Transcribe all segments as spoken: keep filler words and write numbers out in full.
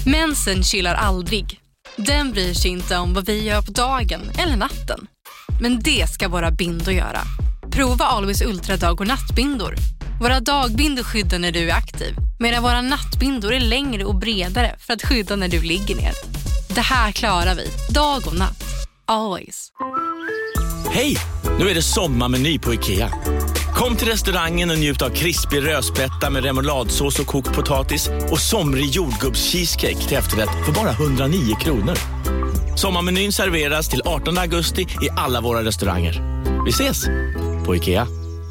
Mensen chillar aldrig. Den bryr sig inte om vad vi gör på dagen eller natten. Men det ska våra bindor göra. Prova Always Ultra dag- och nattbindor. Våra dagbindor skyddar när du är aktiv, medan våra nattbindor är längre och bredare för att skydda när du ligger ner. Det här klarar vi, dag och natt. Always. Hej! Nu är det sommarmeny på IKEA. Kom till restaurangen och njut av krispig rödspätta med remouladsås och kokt potatis och somrig jordgubbscheesecake till efterrätt för bara hundranio kronor. Sommarmenyn serveras till artonde augusti i alla våra restauranger. Vi ses på IKEA.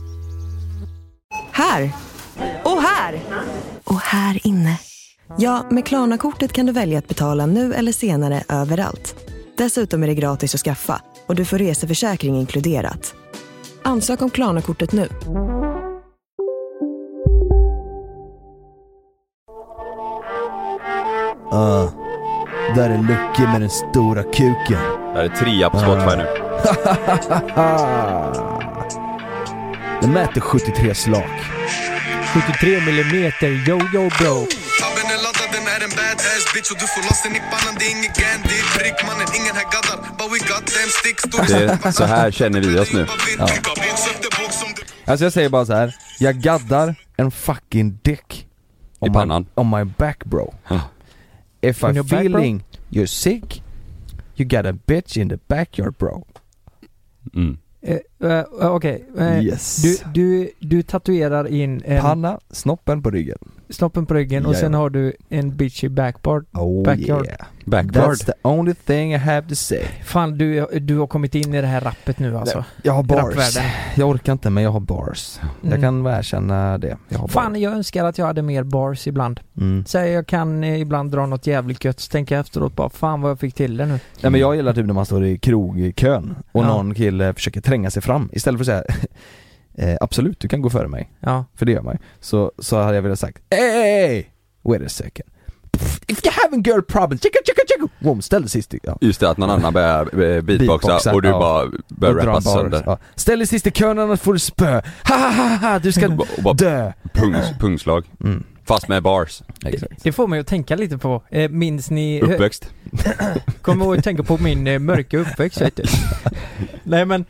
Här! Och här! Och här inne. Ja, med Klarna-kortet kan du välja att betala nu eller senare överallt. Dessutom är det gratis att skaffa och du får reseförsäkring inkluderat. Ansök om Klarna-kortet nu. Uh, där är Lucky med den stora kuken. Där är trea på Spotify uh. nu. Den mäter sjuttiotre slag. sjuttiotre millimeter, yo yo bro. Det, så här känner vi oss nu. Ja. Alltså jag säger bara så här. Jag gaddar en fucking dick i pannan. My, on my back bro. Huh. If I'm feeling back, you're sick, you got a bitch in the backyard bro. Mm. Uh, uh, Okej okay. uh, yes. du, du, du tatuerar in en panna, snoppen på ryggen. Snoppen på ryggen yeah. Och sen har du en bitch i backboard, oh, backyard yeah. Backboard. That's the only thing I have to say. Fan, du, du har kommit in i det här rappet nu alltså. Jag har bars. Jag orkar inte, men jag har bars. Mm. Jag kan erkänna det. Jag har Fan, bars. Jag önskar att jag hade mer bars ibland. Mm. Så jag kan eh, ibland dra något jävligt gött. Så tänker jag efteråt bara, fan vad jag fick till det nu. Ja, men jag gillar typ när man står i krogkön och ja. någon kille försöker tränga sig fram. Istället för att säga eh, absolut, du kan gå före mig. Ja. För det gör mig. Så, så hade jag velat sagt, hey, wait a second. If you have a girl problem, chicka chicka chicka. Wow, ställ dig sist. Ja. Just det, att någon annan börjar beatboxa, beatboxa och du ja. bara börjar rappa sönder. Ja. Ställ dig sist i kön, annars får du spö. Ha ha ha ha, du ska dö. Pungs, pungslag. Mm. Fast med bars. Det, det får mig att tänka lite på. Eh, minns ni... Uppväxt. Kommer ihåg att tänka på min eh, mörka uppväxt, vet du. Nej, men,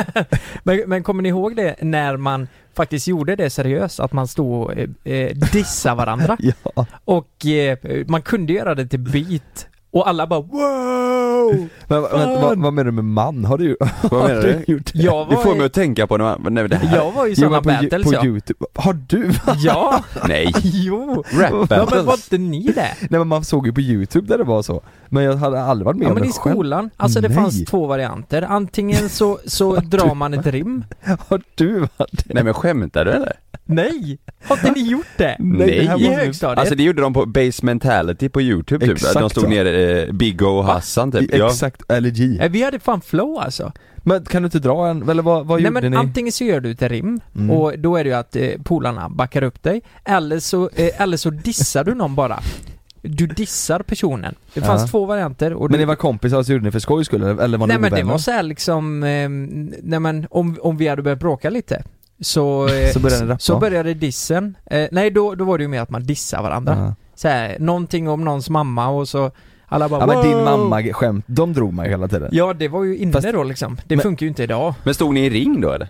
men... Men kommer ni ihåg det när man faktiskt gjorde det seriöst? Att man stod och eh, dissa varandra. Ja. Och eh, man kunde göra det till beat. Och alla bara, wow! Men, men, vad, vad menar du med man? Har du, vad menar du? Gjort det? Jag var det får mig att tänka på när man, när det här. Jag var ju sådana battles, på ja. YouTube. Har du? Ja. Nej. Jo. Rap battles. Ja, men var inte ni det? Nej, men man såg ju på YouTube där det var så. Men jag hade aldrig varit med ja, om det men i skolan, själv. Alltså det Nej. fanns två varianter. Antingen så, så drar man ett rim. Har du varit det? Nej, men skämtar du eller? Nej. Har inte ni gjort det? Nej. I högstadiet. Alltså det gjorde de på Base Mentality på YouTube typ. Exakt, de stod så. ner eh, Big O och Hassan typ. Ja. Exakt, L G. Ja, vi hade fan flow alltså. Men kan du inte dra en, eller vad, vad Nej, gjorde men ni? Antingen så gör du ett rim mm. och då är det ju att eh, polarna backar upp dig. Eller så, eh, eller så dissar du någon bara. Du dissar personen. Det fanns ja. två varianter. Och men du... ni var kompisar, alltså gjorde ni för skoj skull? Eller var ni nej, men ovänner? det var så här liksom, eh, nej men om, om vi hade börjat bråka lite. Så, eh, så började, så började dissen. Eh, nej, då, då var det ju mer att man dissar varandra. Ja. Så här, någonting om någons mamma och så alla bara, ja, men din mamma skämt, de drog mig hela tiden. Ja, det var ju inne Fast, då liksom. Det men, funkar ju inte idag. Men stod ni i ring då eller?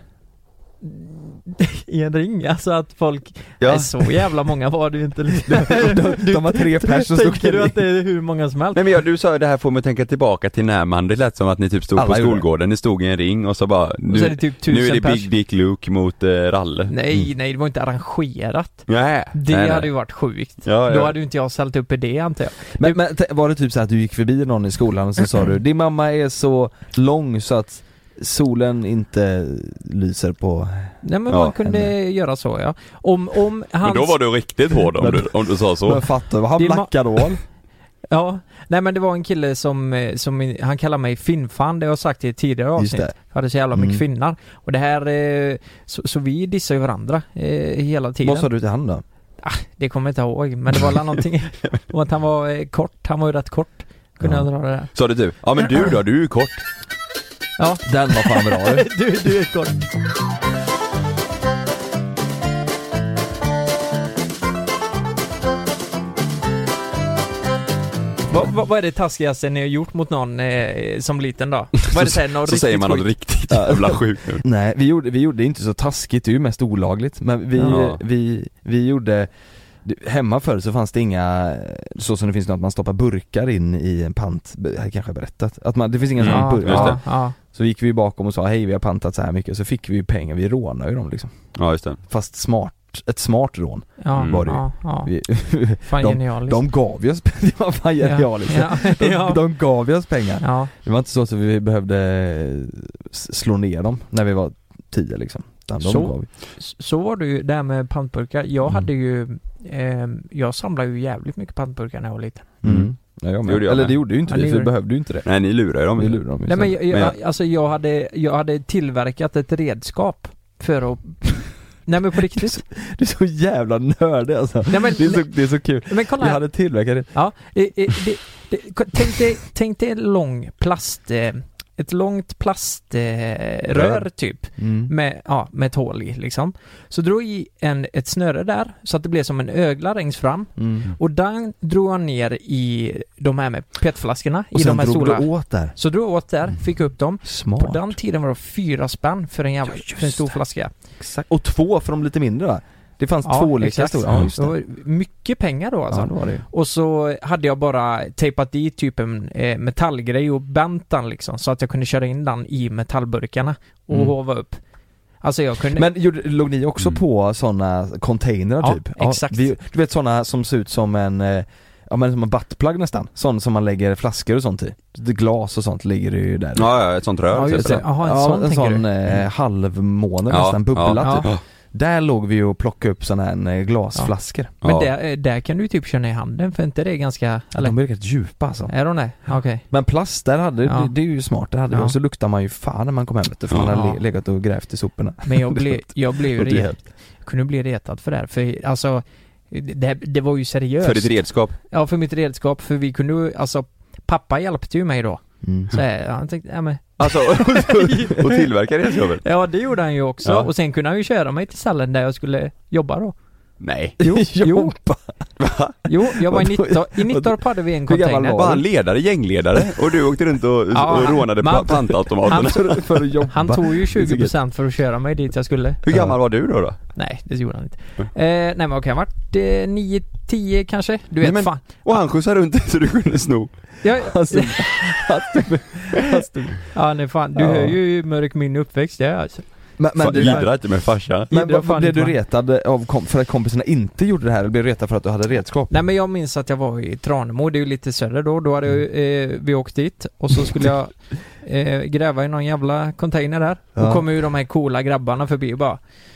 I en ring, alltså att folk ja. Nej, så jävla många var det ju inte liksom. de, de, de var tre personer. Tänker du att det är hur många som helst? Nej, men ja, du sa det här får mig tänka tillbaka till när man, det lät som att ni typ stod alla på skolgården, ni stod i en ring och så bara nu, så är det typ nu är det pers. Big Dick Luke mot eh, Ralle. Nej, mm. nej, det var inte arrangerat. Nej. Det nej, hade nej. ju varit sjukt. Ja, ja. Då hade ju inte jag ställt upp i det, antar jag. Men, men var det typ så att du gick förbi någon i skolan och så sa du, din mamma är så lång så att solen inte lyser på. Nej, men ja, man kunde henne. göra så, ja. Om, om hans... Men då var du riktigt hård om du, om du sa så. Men fattar, han blackade ma- Ja, nej men det var en kille som, som han kallar mig Finnfan, det har jag sagt i ett tidigare avsnitt. Jag hade så jävla mycket mm. finnar. Och det här, så, så vi dissar ju varandra eh, hela tiden. Vad sa du till han då? Ah, det kommer jag inte ihåg, men det var alla någonting om att han var eh, kort, han var ju rätt kort. Kunde ja. jag dra det där. Sa du du? Ja, men du då, du är ju kort. Ja. Den var fan bra. du, du är kort. Vad, vad, vad är det taskigaste ni har gjort mot någon eh, som liten då? Vad är det så, här, något så säger man något sjukt? riktigt jävla sjukt. Nej, vi gjorde, vi gjorde inte så taskigt, det är ju mest olagligt. Men vi, Ja. vi, vi gjorde, hemma förr så fanns det inga, så som det finns nu att man stoppar burkar in i en pant, det här kanske jag berättat. Att man, det finns inga Mm, sådana just burkar. det. Ja, ja. Så gick vi bakom och sa hej, vi har pantat så här mycket. Så fick vi ju pengar, vi rånade ju dem liksom. Ja, just det. Fast smart, ett smart rån. Ja, Mm. Var det ju. ja, ja. Vi, Fan de, genialiskt. de gav ju oss pengar, det var fan genialiskt. Ja, De, ja. de gav ju oss pengar. Ja. Det var inte så att vi behövde slå ner dem när vi var tio liksom. De Så? gav vi. Så var det ju där med pantburkar. Jag Mm. hade ju eh, jag samlade ju jävligt mycket pantburkar när jag var liten. Mm. Ja, jag Det gjorde jag Eller med. det gjorde ju inte Ja, vi, det för vi gjorde- behövde ju inte det. Nej, ni lurar ju dem. Vi lurade dem ju Nej men sen. jag, jag, Men alltså jag hade jag hade tillverkat ett redskap för att Nej men på riktigt. Du är så jävla nördig alltså. Nej, men, Det är så, det är så kul. men kolla Vi här. hade tillverkat det. Ja, eh, eh, det, det, tänk dig, tänk dig en lång plast eh, ett långt plaströr eh, rör, typ Mm. med, ja, med ett hål i liksom. Så drog i en, ett snöre där så att det blev som en ögla längst fram Mm. och den drog han ner i de här med petflaskorna Och i sen de här drog stora. du åt där. Så drog jag åt där, fick upp dem. Smart. På den tiden var det fyra spänn för en, jävla, Ja, just för en stor det. flaska. Exakt. Och två för de lite mindre va? Det fanns Ja, två olika exakt. stora. Ja, just Det det. var mycket pengar då alltså. Ja, det var det ju. Och så hade jag bara tejpat dit typ en eh, metallgrej och bänt den liksom så att jag kunde köra in den i metallburkarna och Mm. hova upp. Alltså jag kunde... Men gjorde, låg ni också Mm. på sådana containrar Ja, typ? exakt. Vi, du vet sådana som ser ut som en, eh, ja men som en buttplug nästan. Sån som man lägger flaskor och sånt i. Det glas och sånt ligger det ju där. Ja, ja, ett sånt rör. Ja, typ. just det. Jaha, en ja, sån en tänker sån du? eh, halvmåne Ja, nästan, bubbla ja. typ. Ja. Där låg vi och plockade upp såna här eh, glasflaskor. Men Ja. där, eh, där kan du typ känna i handen för inte det är ganska... Eller? De är rätt djupa alltså. Är de det? Okej. Men plast, där hade, Ja. det, det är ju smart, det hade vi. Ja. Och så luktar man ju fan när man kom hem vet du, för Ja. man hade le- legat och grävt i soporna. Men jag blev, jag blev ju Och det- re, jag kunde bli retad för det här. För alltså, det, det var ju seriöst. För ditt redskap. Ja, för mitt redskap. För vi kunde ju, alltså, pappa hjälpte ju mig då. Mm. Så här, han tänkte, ja men... Alltså, och tillverka redskapet? Ja, det gjorde han ju också. Ja. Och sen kunde han ju köra mig till stallen där jag skulle jobba då. Nej. Jo, jo, Jobba. jo, jag var i Vadå? Nittorp, i Nittorp hade vi en Hur gammal container. Var han ledare, gängledare? Och du åkte runt och, Ja, och rånade man- pa- pantautomaterna? för, för att jobba. Han tog ju Det är så tjugo gött. procent för att köra mig dit jag skulle. Hur gammal var du då? då? Nej, det gjorde han inte. Eh, nej men okej, han vart eh, nio tio kanske. Du vet Nej, men- fan. Och han skjutsade runt så du kunde sno. Jag, Alltså, alltså, ja, nej fan. Du Ja. hör ju hur mörk min uppväxt är alltså. men, men, Fan, du, Idra inte med farsa. men Idra vad, fan blev inte, du va? retad av kom, för att kompisarna inte gjorde det här, eller blev du retad för att du hade redskap? Nej men jag minns att jag var i Tranemo, det är ju lite söder då. Då hade jag, eh, vi åkt dit och så skulle jag eh, gräva i någon jävla container där. Ja. Och kommer ju de här coola grabbarna förbi och bara,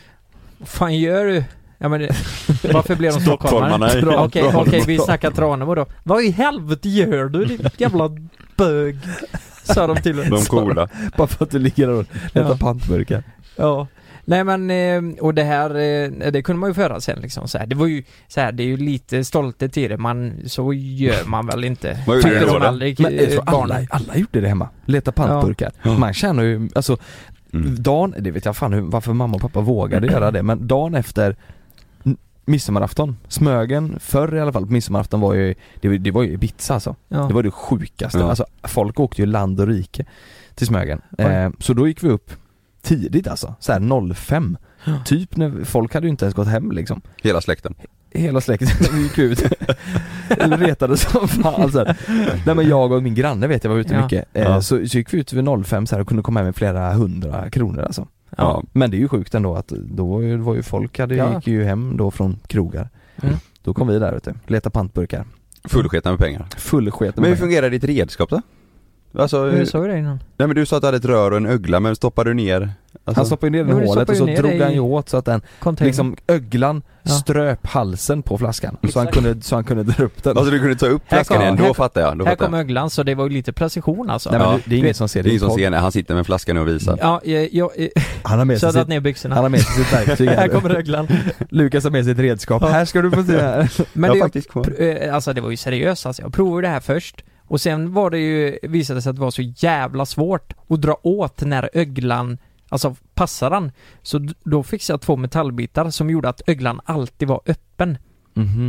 vad fan gör du? Ja men det, varför blev de stockholmare? Stockholmarna. Okej, okej, vi snackar Tranemo då. Vad i helvete gör du din jävla bög? Sa de till De coola. Bara för att du ligger och letar Ja. pantburkar. Ja. Nej men, eh, och det här, eh, det kunde man ju föra sen liksom så här. Det var ju så här, det är ju lite stolthet i det, man, så gör man väl inte. Vad gjorde Tycker du då de då? aldrig, Men jag eh, tror alla, barnen. alla gjorde det hemma. Leta pantburkar. Ja. Man känner ju, alltså Mm. dagen, det vet jag fan hur, varför mamma och pappa vågade göra det, men dagen efter n- midsommarafton, Smögen, förr i alla fall på midsommarafton var ju, det, var- det var ju Ibiza alltså. Ja. Det var det sjukaste. Ja. Alltså folk åkte ju land och rike till Smögen. Oj. Eh, så då gick vi upp tidigt alltså, så här noll fem. Typ när folk hade ju inte ens gått hem liksom. Hela släkten. Hela släkten, vi gick ut eller retade som fan alltså. Nej men jag och min granne vet jag var ute Ja. mycket eh, Ja. så, så gick vi ut vid noll fem så här och kunde komma hem med flera hundra kronor alltså. Ja. Men det är ju sjukt ändå att då var ju, var ju folk hade, Ja. gick ju hem då från krogar. Mm. Då kom vi där ute, leta pantburkar. Fullsketna med pengar. Full sket. Men hur fungerar ditt redskap då? Alltså, Hur såg det innan? nej men du sa att du hade ett rör och en ögla, men stoppade du ner? Alltså, Han stoppade ner Jo, den du i hålet stoppar och ju så ner drog det i- han ju åt så att den Container. liksom öglan Ja. ströp halsen på flaskan så han kunde, så han kunde dra upp den. alltså du kunde ta upp Här flaskan kom- igen, här- då fattar jag. Då här fattar kom jag. öglan, så det var ju lite precision alltså. Nej men Ja. det, det är ingen som ser Det är ingen som podd. ser när han sitter med flaskan och visar. Ja, jag, jag, Han har med så sig jag dragit sitt, ner byxorna. han har med sig sitt verktyg. Här här. kommer öglan. Lukas har med sig ett redskap. Ja. Här ska du få se här. Men jag det, har faktiskt kvar. pr- eh, alltså det var ju seriöst alltså. Jag provade det här först. Och sen var det ju, visade det sig att det var så jävla svårt att dra åt när öglan, alltså passar den. Så d- då fixade jag två metallbitar som gjorde att öglan alltid var öppen. Mhm.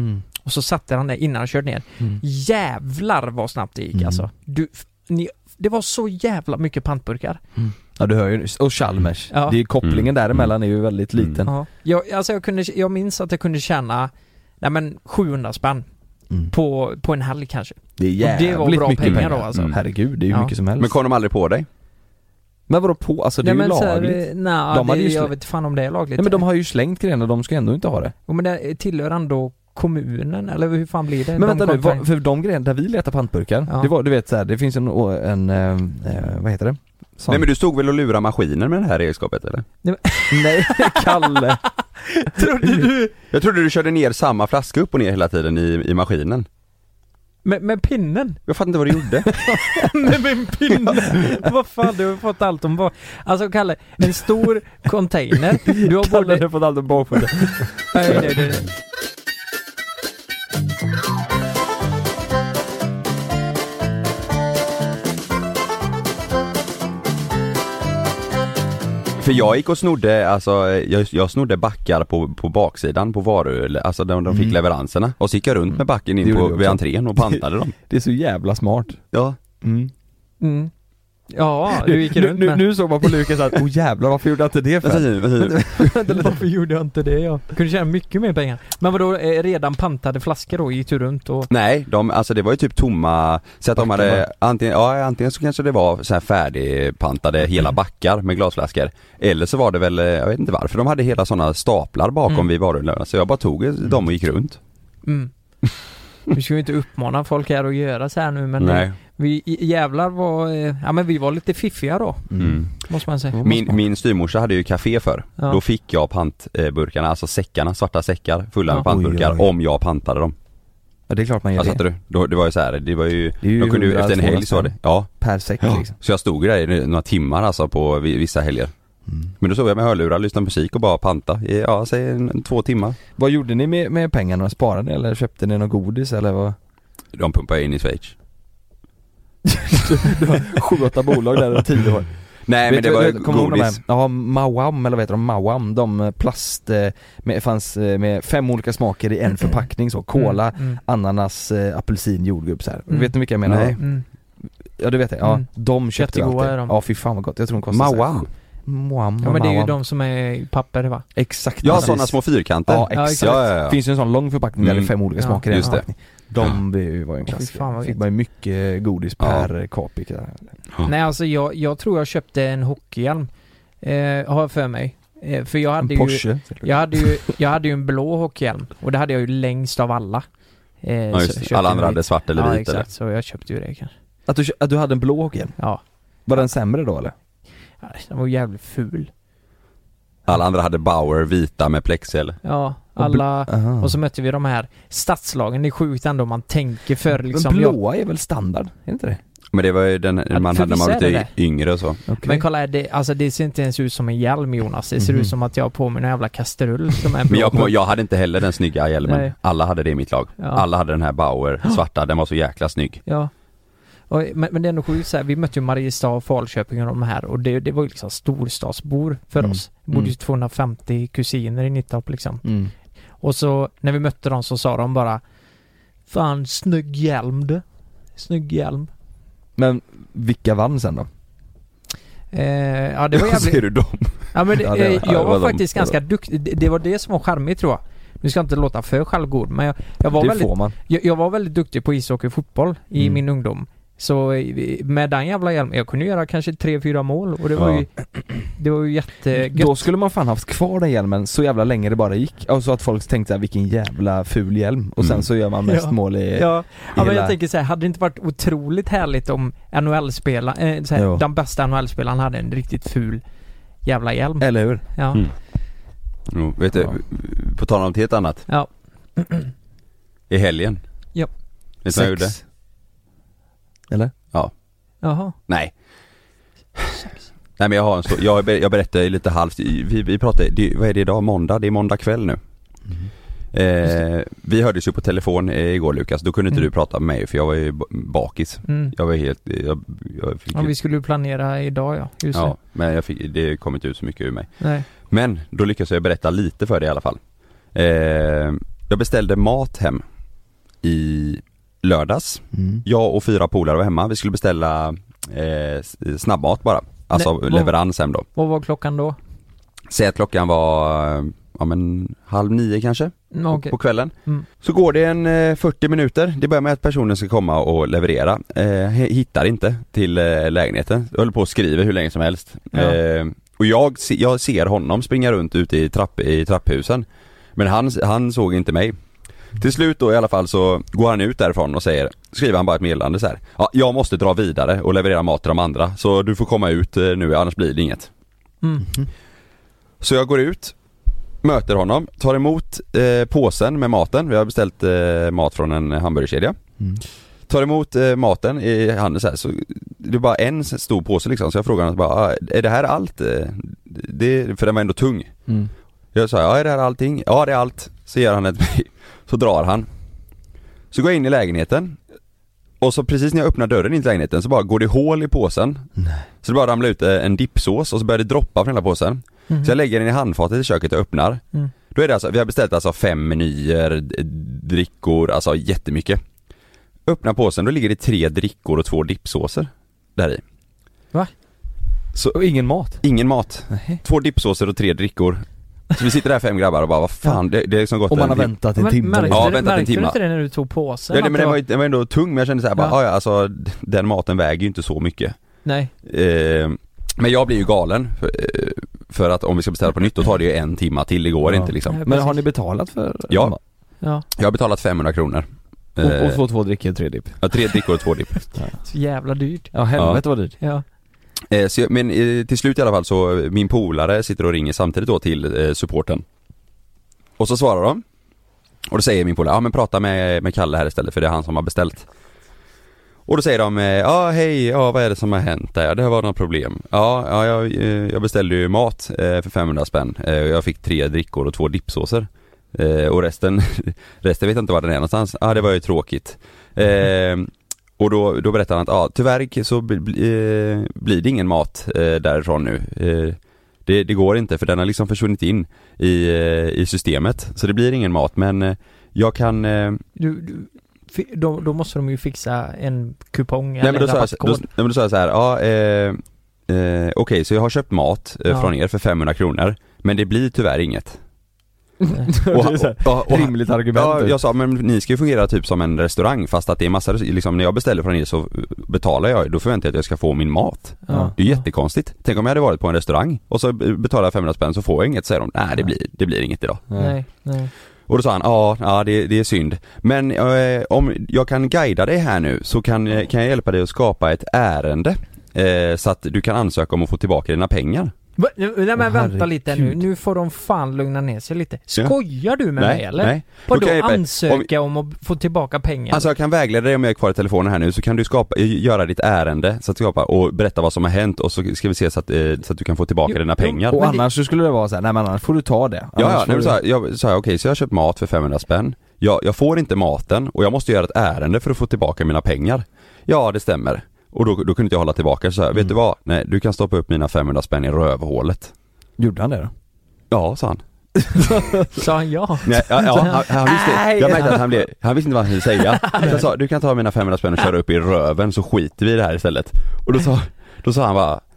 Och så satte han där innan han körde ner. Mm. Jävlar vad snabbt det gick Mm. alltså. Du, ni, det var så jävla mycket pantburkar. Mm. Ja, du hör ju, och Chalmers. Ja. Det är kopplingen Mm. däremellan är ju väldigt Mm. liten. Ja. Jag, alltså jag, kunde, jag minns att jag kunde tjäna nej men sjuhundra spänn Mm. på, på en helg kanske. Det är Och jävligt det var bra mycket pengar pengar då, alltså. Mm. Herregud, det är ju Ja. mycket som helst. Men kom de aldrig på dig? Men vadå på? Alltså det är Nej, ju men så här, lagligt. eh, nej, De hade det, ju jag slä- vet fan om det är lagligt. Nej, men de har ju slängt grejerna, de ska ändå inte ha det. Jo, men det tillhör ändå kommunen, eller hur fan blir det? Men De vänta nu, kontra- vad, för de grejerna där vi letar pantburkar, Ja. det var, du vet så här, det finns en, en, eh, vad heter det? Sån. Nej men du stod väl och lurade maskinen med det här redskapet eller? Nej, Kalle. Trodde du? Jag trodde du körde ner samma flaska upp och ner hela tiden i, i maskinen. Med, med pinnen? Jag fattar inte vad du gjorde. med min pinne? Vad fan, du har fått allt om bak. Alltså Kalle, en stor container. Du har Kalle både... har fått allt om bakfoten. Nej, nej, nej, nej. För jag gick och snodde, alltså jag, jag snodde backar på, på baksidan på varu, alltså de, de fick Mm. leveranserna. Och så gick jag runt med backen Det in gjorde på jag vid också. entrén och pantade dem. Det är så jävla smart. Ja. Mm. Mm. Ja, du gick nu, runt nu, med... nu såg man på Lukas att, oh jävlar, varför gjorde jag inte det Vänta för? nu, vänta nu. Varför gjorde jag inte det? Jag kunde tjäna mycket mer pengar. Men vadå, eh, redan pantade flaskor då? Gick du runt och... Nej, de, alltså det var ju typ tomma, så att de Backar hade, antingen, ja antingen så kanske det var så här färdigpantade hela backar med glasflaskor. Eller så var det väl, jag vet inte varför, de hade hela sådana staplar bakom Mm. vid varulönerna. Så jag bara tog dem och gick runt. Mm. Vi ska ju inte uppmana folk här att göra så här nu, men Nej. vi jävlar var, eh, ja men vi var lite fiffiga då, Mm. måste man säga. Min, min styrmorsa hade ju café för. Ja. Då fick jag pantburkarna, alltså säckarna, svarta säckar fulla Ja. med pantburkar Oj, oj. om jag pantade dem. Ja, det är klart man gör Vad det. satte du? Då, det var ju så här, det var ju, Det är ju de kunde ju hundra, efter en helg tvåhundra så var det. Ja. Per säck Ja. liksom. Så jag stod där i några timmar alltså på vi- vissa helger. Mm. Men då såg jag med hörlurar, lyssnade på musik och bara panta i, ja, säg en, en, två timmar. Vad gjorde ni med, med pengarna? Sparade ni eller köpte ni något godis eller vad? De pumpade in i Schweiz. Du har sju, åtta bolag där och tio år. Nej men Vet det du- var ju vet- kommer du ihåg de här? godis. Ja, Mawam eller vad heter de? Mawam, de plast, eh, med, fanns eh, med fem olika smaker i en förpackning så. Cola, Mm, mm, ananas, eh, apelsin, jordgubb så här. Mm. Vet ni vilka jag menar? Nej. mm. Ja du vet det, ja. Mm. De köpte jag Jättegoda alltid. är de. Ja fy fan vad gott, jag tror de kostar så här- Mawam. Mawam, Ja men det är ju Mawam. de som är i papper va? Exakt. Ja, precis. sådana små fyrkanter. Ja Ja, exakt. Ja, ja, ja. Finns ju en sån lång förpackning där det är Mm. fem olika Ja, smaker i en just det. förpackning. De det var ju en Fy fan, klassiker. vad Fick gött. man ju mycket godis Ja. per capita. Ja. Nej alltså jag, jag tror jag köpte en hockeyhjälm, eh, har jag för mig. Eh, för jag En hade ju, Porsche. jag hade ju, jag hade ju en blå hockeyhjälm och det hade jag ju längst av alla. Eh, Ja, så just det. köpte Alla jag andra mig- hade svart eller ja, vit exakt, eller? så jag köpte ju det kanske. Att du, att du hade en blå hockey? Ja, Var den sämre då eller? Ja, den var ju jävligt ful. Alla andra hade Bauer vita med plexi eller? Ja, alla... Aha. Och så mötte vi de här stadslagen. Det är sjukt ändå om man tänker för liksom... Men jag, blåa är väl standard? Är inte det? Men det var ju den Ja, man för hade när man vissa var är det lite yngre och så. Okay. men kolla, det, alltså det ser inte ens ut som en hjälm Jonas. Det ser Mhm. ut som att jag har på mig en jävla kastrull som är blå. Men jag, kommer- jag hade inte heller den snygga hjälmen. Nej. Alla hade det i mitt lag. Ja. Alla hade den här Bauer svarta, den var så jäkla snygg. Ja. Och, men, men det är ändå sjukt så här, vi mötte ju Mariestad och Falköping och de här och det, det var ju liksom storstadsbor för Mm. oss. Det bodde ju Mm. tvåhundrafemtio kusiner i Nittorp liksom. Mm. Och så när vi mötte dem så sa de bara: fan, snygg hjälm du. Snygg hjälm. Men vilka vann sen då? Eh, ja det var jävligt... Ser du dem? Ja, men det, Ja, det var- eh, ja, det jag var var de- faktiskt det var- ganska duktig. Det, det var det som var charmigt tror jag. Nu ska jag inte låta för självgod, men jag, jag, var, Det väldigt, får man. jag, jag var väldigt duktig på ishockey och fotboll i Mm. min ungdom. Så eh, med den jävla hjälmen, jag kunde göra kanske tre, fyra mål och det var Ja. ju det var ju jättegött. Då skulle man fan haft kvar den hjälmen så jävla länge det bara gick. Och så att folk tänkte såhär, vilken jävla ful hjälm. Och sen Mm. så gör man mest Ja. mål i... Ja, ja men hela- jag tänker så här, hade det inte varit otroligt härligt om N H L-spelaren, eh, så här, Jo. den bästa N H L-spelaren hade en riktigt ful jävla hjälm. Eller hur? Ja. Mm. Jo, vet du, Ja. på tal om något helt annat. Ja. I helgen. Ja. Vet du vad jag gjorde? Eller? Jaha. Nej. Nej men jag har en så, jag, ber- jag berättade ju lite halvt, vi, vi pratade, det, vad är det idag? Måndag? Det är måndag kväll nu. Eh, vi hördes ju på telefon eh, igår Lukas, då kunde inte Mm. du prata med mig för jag var ju b- bakis. Mm. Jag var helt, jag, jag fick Ja, vi skulle ju planera idag ja. Just ja, men jag fick, det kom inte ut så mycket ur mig. det. Nej. Men då lyckades jag berätta lite för dig i alla fall. Eh, jag beställde mat hem i lördags. Mm. Jag och fyra polare var hemma. Vi skulle beställa eh, snabbmat bara. Alltså Nej, vad- leverans hem då. Vad var klockan då? Säg att klockan var ja, men, halv nio kanske Mm, okej. på kvällen. Mm. Så går det en eh, fyrtio minuter. Det börjar med att personen ska komma och leverera. Eh, hittar inte till eh, lägenheten. Jag håller på och skriver hur länge som helst. Ja. Eh, och jag, se, jag ser honom springa runt ute i, trapp, i trapphusen. Men han, han såg inte mig. Till slut då i alla fall så går han ut därifrån och säger, skriver han bara ett meddelande så här. Ja, jag måste dra vidare och leverera mat till de andra. Så du får komma ut eh, nu, annars blir det inget. Mm. Så jag går ut, möter honom, tar emot eh, påsen med maten. Vi har beställt eh, mat från en hamburgerkedja. Mm. Tar emot eh, maten i handen så här, så det är bara en stor påse liksom. Så jag frågar honom bara, ah, är det här allt? Eh, Det, för den var ändå tung. Mm. Jag sa, ja är det här allting? Ja det är allt. Så ger han ett så drar han. Så går jag in i lägenheten. Och så precis när jag öppnar dörren in i lägenheten så bara går det hål i påsen. Nej. Så det bara ramlar ut en dippsås och så börjar det droppa från hela påsen. Mhm. Så jag lägger den i handfatet i köket och öppnar. Mm. Då är det alltså, vi har beställt alltså fem menyer, d- drickor, alltså jättemycket. Öppna påsen, då ligger det tre drickor och två dippsåser där i. Va? Så Och ingen mat? ingen mat. Nej. Två dippsåser och tre drickor. Så vi sitter där fem grabbar och bara, vad fan, det, det är liksom gått Och man har en väntat en Men timme. märkte, Ja, du, väntat en märkte du timme. inte det när du tog påsen? Ja, det, Att men det den var- var, ju- den var ändå tung, men jag kände så här, bara, Ja. ja. ja, alltså den maten väger ju inte så mycket. Nej. Eh, men jag blir ju galen för, eh, för att om vi ska beställa på nytt då tar det ju en timma till, det går Ja. inte liksom. Nej, Men har precis. ni betalat för? Ja. Ja, Jag har betalat femhundra kronor. Och, Eh, och två, två drickor och tre dipp? ja, tre drickor och två dipp. så jävla dyrt. Ja, helvete vad dyrt. Ja. Eh, så, jag- men eh, till slut i alla fall så eh, min polare sitter och ringer samtidigt då till eh, supporten. Och så svarar de. Och då säger min polare, ja men prata med, med Kalle här istället för det är han som har beställt. Och då säger de, eh, ja hej, ja vad är det som har hänt där? Det har varit något problem. Ja, ja jag, eh, jag beställde ju mat eh, för femhundra spänn. Eh, jag fick tre drickor och två dippsåser. Eh, och resten, resten vet jag inte var den är någonstans. Ja, det var ju tråkigt. Eh, och då, då berättar han att ja, tyvärr så bli, bli, eh, blir det ingen mat eh, därifrån nu. Eh, det, det går inte för den har liksom försvunnit in i, eh, i systemet. Så det blir ingen mat, men eh, jag kan... Eh, Du, du, fi- då, då måste de ju fixa en kupong nej, eller men då en sa jag, då, rabattkod. nej, men då sa jag så här, ja, eh, eh, okej så jag har köpt mat eh, Ja. från er för femhundra kronor, men det blir tyvärr inget. Det är så här, och, och, rimligt argument. Ja, jag sa, men ni ska ju fungera typ som en restaurang, fast att det är massa, liksom när jag beställer från er så betalar jag, då förväntar jag att jag ska få min mat. Ja. Det är ju jättekonstigt. Tänk om jag hade varit på en restaurang och så betalar jag femhundra spänn så får jag inget, säger de. Nej, det blir, det blir inget idag. Nej, nej. Och då sa han, ja, ja det, det är synd. Men eh, om jag kan guida dig här nu så kan, eh, kan jag hjälpa dig att skapa ett ärende eh, så att du kan ansöka om att få tillbaka dina pengar. Va? Nej men Åh, vänta lite nu, herregud. nu får de fan lugna ner sig lite. Skojar du med mig eller? Nej. Vadå Då kan jag- ansöka om, att få tillbaka pengar? Alltså jag kan vägleda dig om jag är kvar i telefonen här nu, så kan du skapa, göra ditt ärende så att skapa, och berätta vad som har hänt och så ska vi se så att, eh, så att du kan få tillbaka Jo, dina jo, pengar. Och Men det- annars så skulle det vara så här, nej men annars får du ta det. Ja, ja, Annars nej, men får så du- här, jag sa okej, så jag har köpt mat för femhundra spänn. Jag, jag får inte maten och jag måste göra ett ärende för att få tillbaka mina pengar. Ja, det stämmer. Och då, då kunde inte jag hålla tillbaka, så här, vet Mm. du vad? Nej, du kan stoppa upp mina femhundra spänn i rövhålet. Gjorde han det då? Ja, sa han. Sa han ja? Nej, ja, ja, han, han visste, Nej. jag märkte att han blev, han visste inte vad han skulle säga. Så jag sa, du kan ta mina femhundra spänn och köra upp i röven så skiter vi i det här istället. Och då sa, då sa han bara,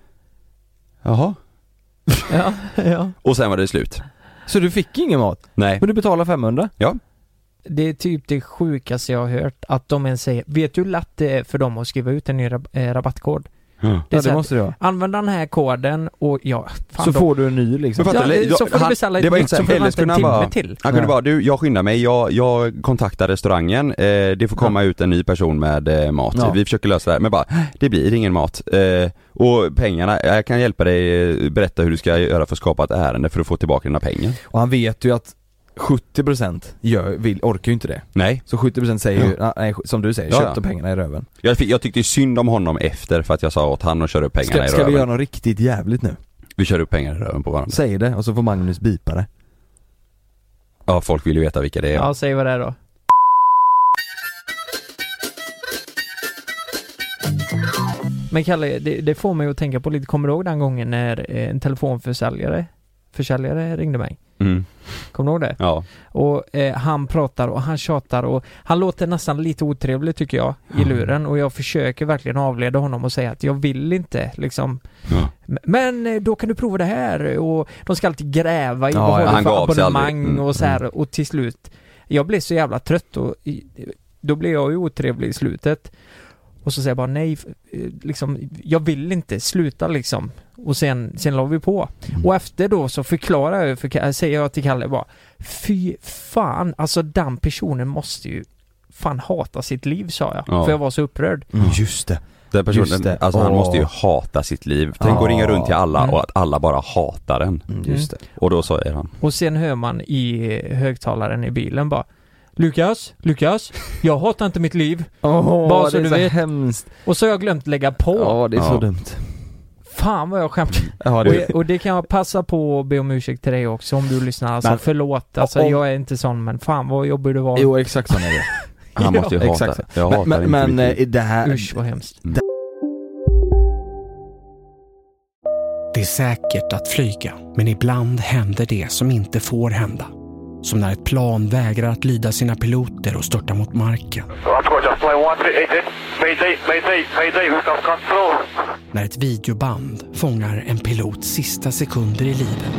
jaha. Ja, ja. Och sen var det slut. Så du fick ingen mat? Nej. Men du betalar femhundra? Det är typ det sjukaste jag har hört, att de ens säger, vet du hur lätt det är för dem att skriva ut en ny rab- eh, rabattkod? Ja. Det är Ja så det här, måste det vara. använd den här koden och ja, fan Så då- får du en ny liksom. Men Ja, fattar du? så får du Han- beställa det ett var nytt inte så så här, får du eller vänta en skulle han timme bara- till. Han kunde Nej. bara, du, jag skyndar mig, jag, jag kontaktar restaurangen, eh, det får komma ut en ny person med eh, mat. Ja. Vi försöker lösa det här, men bara, det blir ingen mat. Eh, och pengarna, jag kan hjälpa dig eh, berätta hur du ska göra för att skapa ett ärende för att få tillbaka dina pengar. Och han vet ju att sjuttio procent gör, vill, orkar ju inte det. Nej, Så sjuttio procent säger ju, nej, som du säger, Ja, köp ja. de pengarna i röven. jag, fick, jag tyckte synd om honom efter för att jag sa åt han att köra upp pengarna Ska, i ska röven. vi göra något riktigt jävligt nu? Vi kör upp pengar i röven på varandra. Säg det och så får Magnus bipa det. Ja, folk vill ju veta vilka det är. Ja, säg vad det är då. Men Kalle, det, det får mig att tänka på lite, kommer du ihåg den gången när eh, en telefonförsäljare försäljare ringde mig? Mm. Kommer du ihåg det? Ja. Och eh, han pratar och han tjatar och han låter nästan lite otrevlig tycker jag i luren och jag försöker verkligen avleda honom och säga att jag vill inte liksom Ja. men eh, då kan du prova det här och de ska alltid gräva i Ja, vad ja, har han du för gav sig abonnemang aldrig. Mm, och så här och till slut jag blev så jävla trött och i, då blev jag ju otrevlig i slutet och så säger jag bara nej eh, liksom jag vill inte sluta liksom och sen sen la vi på Mm. och efter då så förklarar jag för, säger jag till Kalle bara fy fan, alltså den personen måste ju fan hata sitt liv, sa jag. Ja. För jag var så upprörd. Mm. Just det. Den personen, Just det. alltså han Åh. måste ju hata sitt liv. Tänk Ja. att ringa runt till alla Mm. och att alla bara hatar den. Mm, just det. Och då säger han. Och sen hör man i högtalaren i bilen bara Lukas, Lukas, jag hatar inte mitt liv. Åh, Bara så det är du så vet. hemskt. Och så har jag glömt lägga på. Ja, det är så Ja. dumt. Fan vad jag skämt. Ja, Och, det, jag- och det kan jag passa på att be om ursäkt till dig också om du lyssnar. Alltså Men- förlåt, alltså om- jag är inte sån men fan vad jobbig du var. jo, exakt så är det. Han måste ju hata. Exakt. Jag hatar Men, inte men, mitt men liv. eh, det här... Usch vad hemskt. Det är säkert att flyga, men ibland händer det som inte får hända. Som när ett plan vägrar att lyda sina piloter och störtar mot marken. När ett videoband fångar en pilots sista sekunder i livet.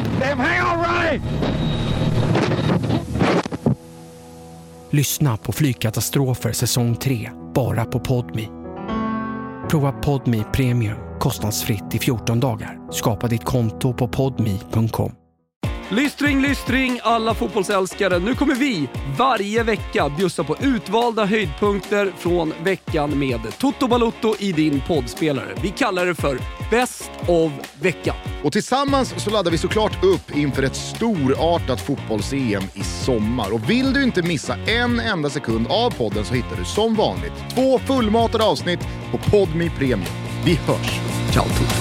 Lyssna på Flygkatastrofer säsong tre, bara på Podme. Prova Podme Premium kostnadsfritt i fjorton dagar. Skapa ditt konto på podme punkt com. Lystring, lystring alla fotbollsälskare. Nu kommer vi varje vecka bjussa på utvalda höjdpunkter från veckan med Toto Balotto i din poddspelare. Vi kallar det för Best of veckan. Och tillsammans så laddar vi såklart upp inför ett storartat fotbolls-E M i sommar. Och vill du inte missa en enda sekund av podden så hittar du som vanligt två fullmatade avsnitt på Podme Premium. Vi hörs. Ciao Toto.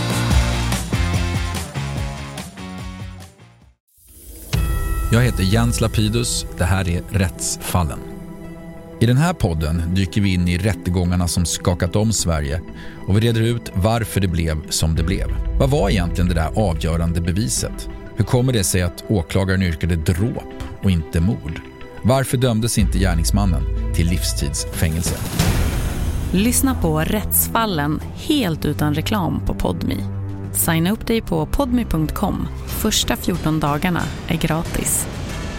Jag heter Jens Lapidus, det här är Rättsfallen. I den här podden dyker vi in i rättegångarna som skakat om Sverige och vi reder ut varför det blev som det blev. Vad var egentligen det där avgörande beviset? Hur kommer det sig att åklagaren yrkade dråp och inte mord? Varför dömdes inte gärningsmannen till livstidsfängelse? Lyssna på Rättsfallen helt utan reklam på Podme. Signa upp dig på podme punkt com. Första fjorton dagarna är gratis.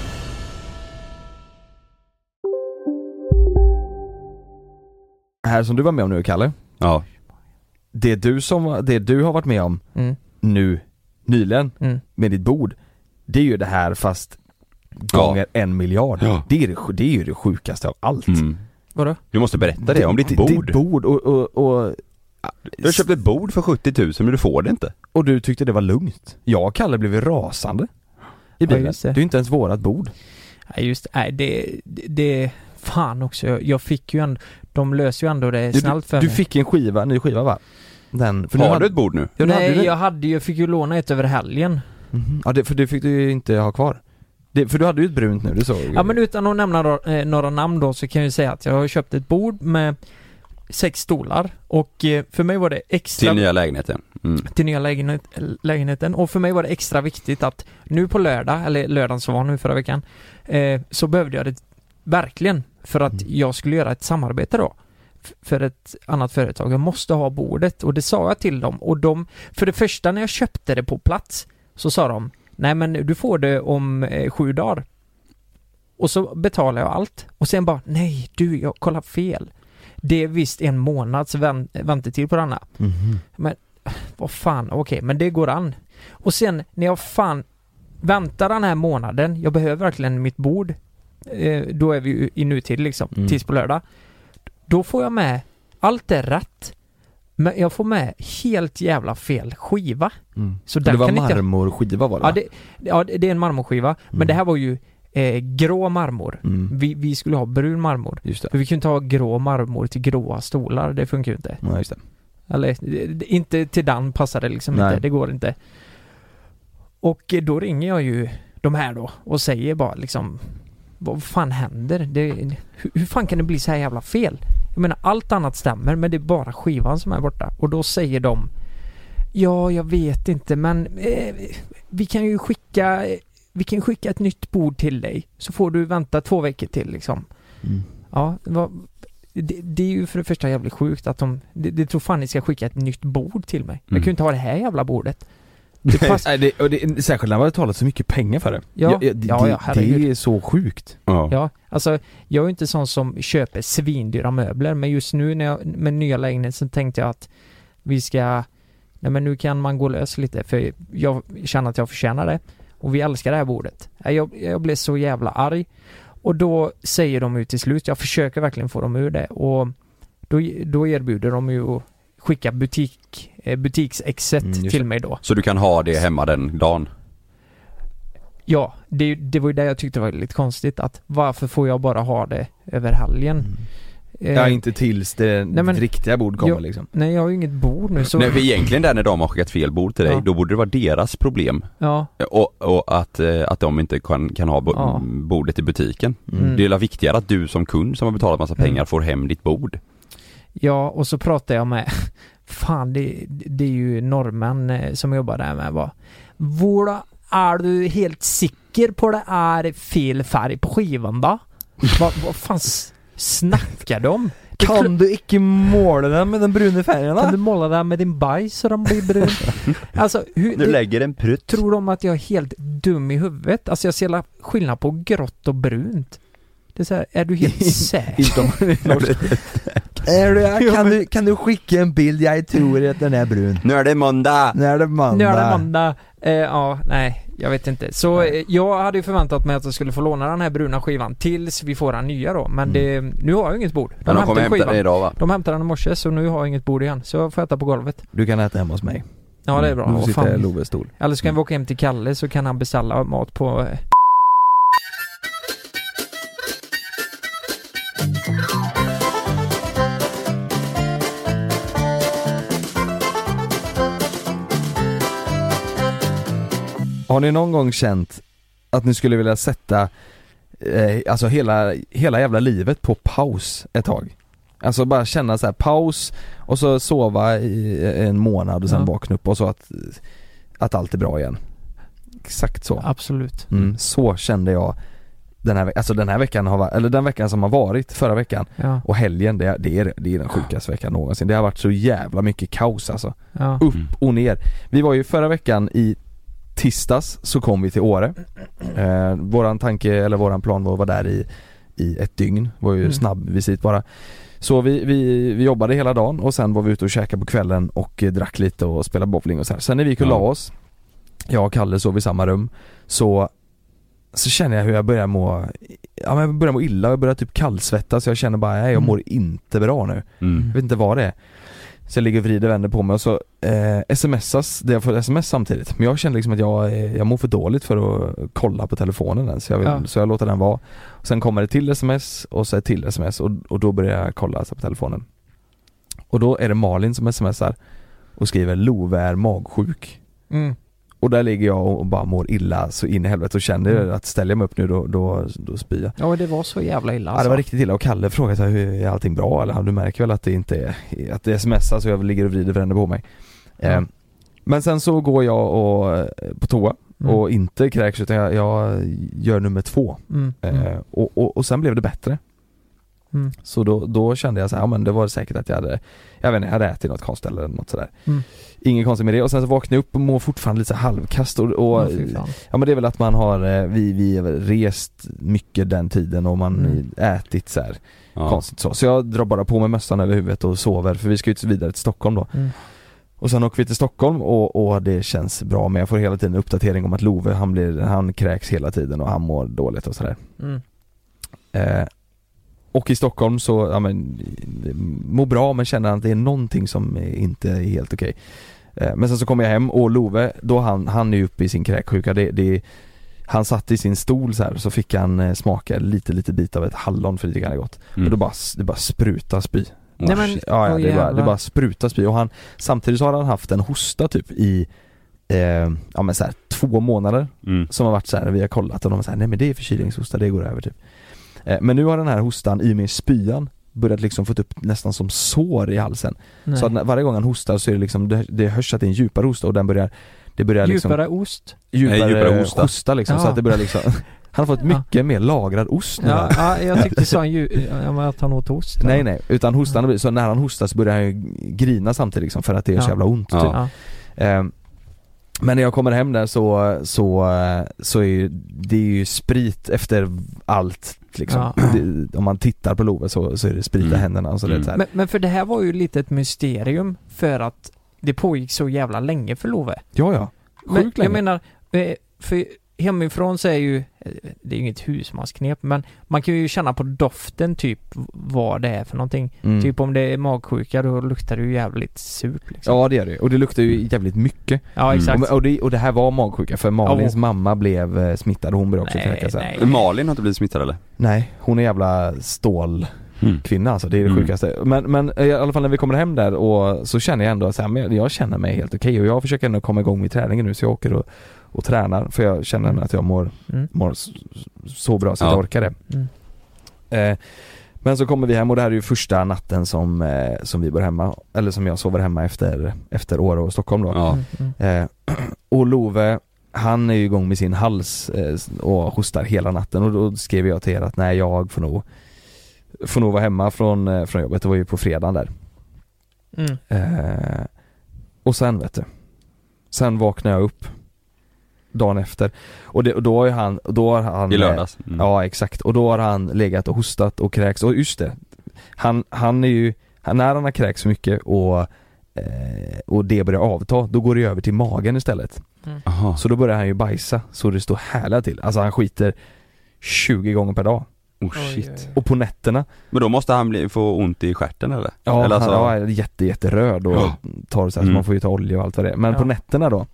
här som du var med om nu, Kalle. Ja. Det du, som, det du har varit med om Mm. nu, nyligen, Mm. med ditt bord, det är ju det här fast gånger en miljard. Ja. Det, är det, det är ju det sjukaste av allt. Mm. Vadå? Du måste berätta det om ditt bord. Ditt bord och, och, och, Du har köpt ett bord för sjuttio tusen men du får det inte. och du tyckte det var lugnt. Jag och Kalle blev ju rasande i bilen. just det. det. det är ju inte ens vårat bord. Nej just nej, det, det, det fan också, jag, jag fick ju ändå, de löser ju ändå det Du, snällt för du mig. fick en skiva, ny skiva va? Den, för nu Har hade- du ett bord nu? Ja, du hade Nej, det. jag hade ju, jag fick ju låna ett över helgen. Mhm. Ja, det, för det fick du ju inte ha kvar. Det, för du hade ju ett brunt nu, det såg jag. Ja men utan att nämna då, eh, några namn då så kan jag ju säga att jag har köpt ett bord med sex stolar och eh, för mig var det extra Till nya lägenheten. Mm. till nya lägenhet, lägenheten och för mig var det extra viktigt att nu på lördag, eller lördagen som var nu förra veckan eh, så behövde jag det verkligen för att jag skulle göra ett samarbete då f- för ett annat företag. Jag måste ha bordet och det sa jag till dem och de, för det första när jag köpte det på plats så sa de nej men du får det om eh, sju dagar och så betalar jag allt och sen bara nej du jag kollar fel. Det är visst en månads vänt- väntetid på denna. Mhm. Men vad fan, okej, men det går an. Och sen när jag fan väntar den här månaden, jag behöver verkligen mitt bord, eh, då är vi ju i nutid liksom, Mm. tills på lördag. Då får jag med, allt är rätt, men jag får med helt jävla fel skiva. Mm. Så Det där var kan inte... marmorskiva var det, Ja va? det, ja, det det är en marmorskiva, men Mm. det här var ju eh, grå marmor. Mm. Vi, vi skulle ha brun marmor. Just det. För vi kunde inte ha grå marmor till gråa stolar, det funkar ju inte. Ja, just det. Eller det- det- inte till den passar det liksom Nej. inte, det går inte. Och eh, då ringer jag ju de här då och säger bara liksom vad fan händer? Det, hur, hur fan kan det bli så här jävla fel? Jag menar allt annat stämmer men det är bara skivan som är borta. Och då säger de ja jag vet inte men eh, vi kan ju skicka vi kan skicka ett nytt bord till dig, så får du vänta två veckor till liksom. Mm. Ja, det, var, det, det är ju för det första jävligt sjukt att de, det, det tror fan ni ska skicka ett nytt bord till mig. Mm. Jag kan ju inte ha det här jävla bordet. Det pass- Nej, det, och det, särskilt när man har talat så mycket pengar för det. Ja, ja, det, ja, ja det är så sjukt. Ja. ja, alltså jag är inte sån som köper svindyra möbler, men just nu när jag, med nya lägenheten så tänkte jag att vi ska, nej men nu kan man gå lös lite, för jag känner att jag förtjänar det. Och vi älskar det här bordet. Jag, jag blev så jävla arg. Och då säger de ju till slut, jag försöker verkligen få dem ur det. Och då, då erbjuder de ju att skicka butik, butiksexet mm, till mig då. Så du kan ha det hemma den dagen? Ja, det, det var ju det jag tyckte var lite konstigt. Att varför får jag bara ha det över helgen? Mm. Ja, inte tills det nej, men, riktiga bord kommer jag, liksom. Nej, jag har ju inget bord nu. Så... Nej, för egentligen där när de har skickat fel bord till dig, ja. Då borde det vara deras problem. Ja. Och, och att, att de inte kan, kan ha bo- ja. bordet i butiken. Mm. Det är viktigare att du som kund som har betalat massa pengar mm. får hem ditt bord. Ja, och så pratar jag med fan, det, det är ju norrmän som jobbar där med. Bara, Våra, är du helt säker på det är fel färg på skivan då? Vad vad fan snackar de? Kan du inte måla den med den bruna färgen då? Kan du måla den med din bajs så den blir brun? Alltså, hur, du lägger en prutt. Tror de att jag är helt dum i huvudet? Alltså jag ser skillnad på grått och brunt. Det är så här, är du helt säker? är du, kan, du, kan du skicka en bild? Jag tror att den är brun. Nu är det måndag. Nu är det måndag. Nu är det måndag. Eh, ja, nej, jag vet inte. Så eh, jag hade ju förväntat mig att jag skulle få låna den här bruna skivan tills vi får den nya då. Men det, nu har jag inget bord. De, de kommer hämta det idag, va? De hämtar den i morse, så nu har jag inget bord igen. Så jag får äta på golvet. Du kan äta hemma hos mig. Ja, det är bra. Du sitter i Loves stol. Eller så kan vi åka hem till Kalle, så kan han beställa mat på... Eh, Har ni någon gång känt att ni skulle vilja sätta eh, alltså hela, hela jävla livet på paus ett tag? Alltså bara känna så här paus och så sova i en månad och sen ja. vakna upp och så att, att allt är bra igen. Exakt så. Absolut. Mm, så kände jag den här, alltså den här veckan har, eller den veckan som har varit förra veckan ja. och helgen, det, det, är, det är den sjukaste veckan någonsin. Det har varit så jävla mycket kaos alltså. Ja. Upp och ner. Vi var ju förra veckan i tisdags så kom vi till Åre. Eh, våran tanke eller våran plan var att vara där i, i ett dygn. Det var ju mm. snabb visit bara. Så vi, vi, vi jobbade hela dagen och sen var vi ute och käkade på kvällen och eh, drack lite och spelade bowling och så här. Sen när vi gick och ja. la oss, jag och Kalle sov i samma rum, så så känner jag hur jag börjar må ja, men jag börjar må illa, jag börjar typ kallsvettas, så jag känner bara nej, jag mår mm. inte bra nu. Mm. Jag vet inte vad det är. Så jag ligger och vrider och vänder på mig och så eh, smsas, det jag får sms samtidigt. Men jag känner liksom att jag, jag mår för dåligt för att kolla på telefonen än, så jag, vill, ja. så jag låter den vara. Och sen kommer det till sms och så ett till sms och, och då börjar jag kolla alltså på telefonen. Och då är det Malin som smsar och skriver Love är magsjuk. Mm. Och där ligger jag och bara mår illa så in i helvete och känner mm. att ställer jag mig upp nu då, då, då spyr jag. Ja, det var så jävla illa alltså. Ja, det var riktigt illa och Kalle frågade så här, hur är allting bra? Eller du märker väl att det inte är, att det smsar så jag ligger och vrider och på mig. Mm. Eh, men sen så går jag och, på toa mm. och inte kräks, utan jag, jag gör nummer två. Mm. Mm. Eh, och, och, och sen blev det bättre. Mm. Så då, då kände jag så här, ja, men det var säkert att jag hade, jag vet inte, jag hade ätit något konstigt eller något sådär. Mm. Ingen konstigt med det. Och sen så vaknade jag upp och mår fortfarande lite så halvkast och, och ja, ja, men det är väl att man har vi, vi rest mycket den tiden och man mm. ätit så här ja. konstigt så. Så jag drar bara på mig mössan över huvudet och sover, för vi ska ut vidare till Stockholm då. Mm. Och sen åker vi till Stockholm och, och det känns bra, men jag får hela tiden uppdatering om att Love, han blir, han kräks hela tiden och han mår dåligt och sådär. Mm. Eh, Och i Stockholm så ja, men, mår bra, men känner att det är någonting som inte är helt okej. Eh, men sen så kommer jag hem och Love, då han, han är uppe i sin kräksjuka. Det, det, han satt i sin stol så här, så fick han eh, smaka lite lite bit av ett hallon för lite grann gott. Mm. Och då bara, det bara sprutar spy. Nej, men, ja, ja, det, bara, det bara sprutar spy. Och han, samtidigt så har han haft en hosta typ i eh, ja, men så här, två månader mm. som har varit så här, vi har kollat och de har sagt nej men det är förkylningshosta, det går över typ. Men nu har den här hostan i med spyan börjat liksom fått upp nästan som sår i halsen. Nej. Så att när, varje gång han hostar så är det liksom, det, det hörs att det är en djupare hosta och den börjar, det börjar liksom Djupare ost. Djupare, Nej, djupare hosta, hosta liksom, Ja. så att det börjar liksom han har fått mycket Ja. mer lagrad ost nu. Ja, ja, jag tyckte du sa en dju- ja, att han åt ost. Nej nej, utan hostan blir så när han hostar så börjar han ju grina samtidigt liksom, för att det är Ja. så jävla ont Ja. typ. Ja. Ehm, Men när jag kommer hem där så så, så är ju, det är ju sprit efter allt liksom. Ja. Det, om man tittar på Love så, så är det sprit i Mm. händerna och så, Mm. det, så här. Men, men för det här var ju lite ett mysterium för att det pågick så jävla länge för Love. Ja ja, Men sjukt länge. jag menar, eh, för hemifrån så är ju, eh, det är ju inget husmansknep, men man kan ju känna på doften typ vad det är för någonting. Mm. Typ om det är magsjuka, då luktar det ju jävligt surt liksom. Ja det är det, och det luktar ju jävligt mycket. Ja, exakt. Och, och, det, och det här var magsjuka för Malins Ja. mamma blev eh, smittad och hon började också Nej, kräkas sen. nej. Malin har inte blivit smittad eller? Nej, hon är jävla stål Mm. kvinna alltså, det är det Mm. sjukaste. Men, men i alla fall när vi kommer hem där och så känner jag ändå så här, men jag känner mig helt okej och jag försöker ändå komma igång med träningen nu så jag åker och, och tränar för jag känner att jag mår, Mm. mår så, så bra så att Ja. jag orkar det. Mm. Eh, men så kommer vi hem och det här är ju första natten som, eh, som vi bor hemma, eller som jag sover hemma efter, efter Åre och Stockholm då. Ja. Mm, mm. Eh, och Love, han är ju igång med sin hals eh, och hostar hela natten och då skrev jag till er att nej, jag får nog får nog vara hemma från, eh, från jobbet. Det var ju på fredagen där. Mm. Eh, och sen vet du, sen vaknar jag upp dagen efter och, det, och då har han, då har han I lördags. Mm. Ja exakt, och då har han legat och hostat och kräks och just det, han, han är ju han, när han har kräks så mycket och eh, och det börjar avta, då går det över till magen istället. Aha. Så då börjar han ju bajsa så det står härliga till. Alltså han skiter tjugo gånger per dag. Oh Oj, shit. oj, oj. Och på nätterna, Men då måste han bli, få ont i stjärten eller? ja, eller alltså, han ja, är jätte, jätteröd och Ja. tar så här, Mm. så man får ju ta olja och allt vad det är. Men Ja. på nätterna då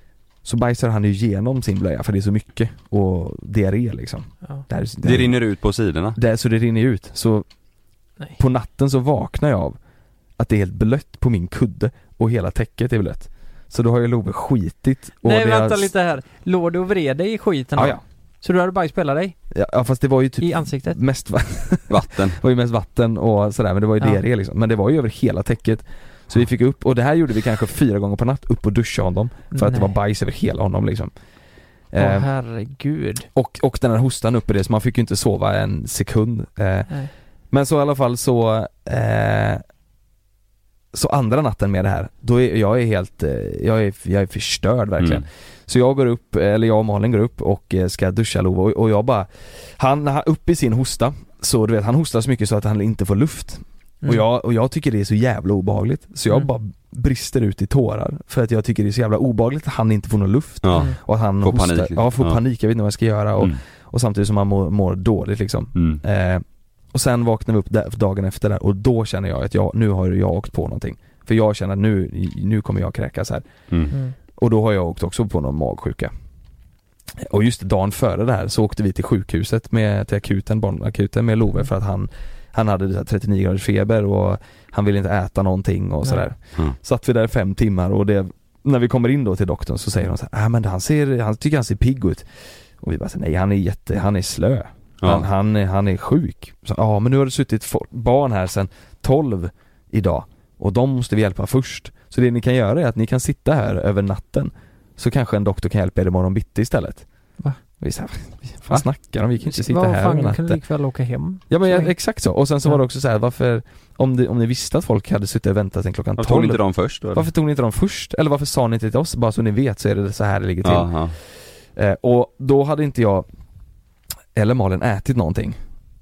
så bajsar han ju igenom sin blöja för det är så mycket och diarré liksom. Ja. Det, här, det rinner ut på sidorna. det, så det rinner ut. Så Nej. på natten så vaknar jag av att det är helt blött på min kudde och hela täcket är blött. Så då har jag Love skitit. Och Nej, det vänta har... lite här. Låg du och vred dig i skiten Ja, då? ja. Så du hade bajs på hela dig? Ja, ja, fast det var ju typ I ansiktet? mest va- Vatten. det var ju mest vatten och sådär, men det var ju Ja. diarré liksom. Men det var ju över hela täcket. Så vi fick upp, och det här gjorde vi kanske fyra gånger per natt, upp och duscha honom. För att det var Nej. bajs över hela honom liksom. Åh Eh, herregud. och, och den här hostan uppe i det, så man fick ju inte sova en sekund. Eh, Nej. men så i alla fall så eh, så andra natten med det här, då är jag är helt, eh, jag är, jag är förstörd verkligen. Mm. Så jag går upp, eller jag och Malin går upp och eh, ska duscha Love och, och jag bara, han, han upp i sin hosta, så du vet, han hostar så mycket så att han inte får luft. Mm. Och, jag, och jag tycker det är så jävla obehagligt. Så jag Mm. bara brister ut i tårar. För att jag tycker det är så jävla obehagligt att han inte får någon luft. Ja. Mm. Och att han Får hostar. panik. Ja, får Ja. panik. Jag vet inte vad jag ska göra. Och, Mm. och samtidigt som han mår, mår dåligt liksom. Mm. Eh, och sen vaknar vi upp där, dagen efter där. Och då känner jag att jag, nu har jag åkt på någonting. För jag känner att nu, nu kommer jag kräkas här. Mm. Mm. Och då har jag åkt också på någon magsjuka. Och just dagen före det här så åkte vi till sjukhuset med, till akuten, barnakuten med Love för att han han hade så här trettionio graders feber och han ville inte äta någonting och sådär. Mm. Satt vi där fem timmar och det, när vi kommer in då till doktorn så säger de så här, ah, men han ser, han tycker han ser pigg ut. Och vi bara så, nej han är jätte, han är slö. Ja. Han, han, är, han är sjuk. Så, ja men nu har det suttit fo- barn här sedan tolv idag och de måste vi hjälpa först. Så det ni kan göra är att ni kan sitta här över natten, så kanske en doktor kan hjälpa er imorgon bitti istället. Va? Vi sa, vad snackar de? Vi kan inte sitta Vad här fan, över kan natten. du likväl åka hem? Ja men ja, Så- exakt så. Och sen så Ja. var det också så här, varför, om, det, om ni visste att folk hade suttit och väntat sen klockan Varför tog tolv, ni inte dem först då? eller? varför tog ni inte dem först? Eller varför sa ni inte till oss? Bara så ni vet så är det så här det ligger till. Ja, ja. Eh, och då hade inte jag eller Malin ätit någonting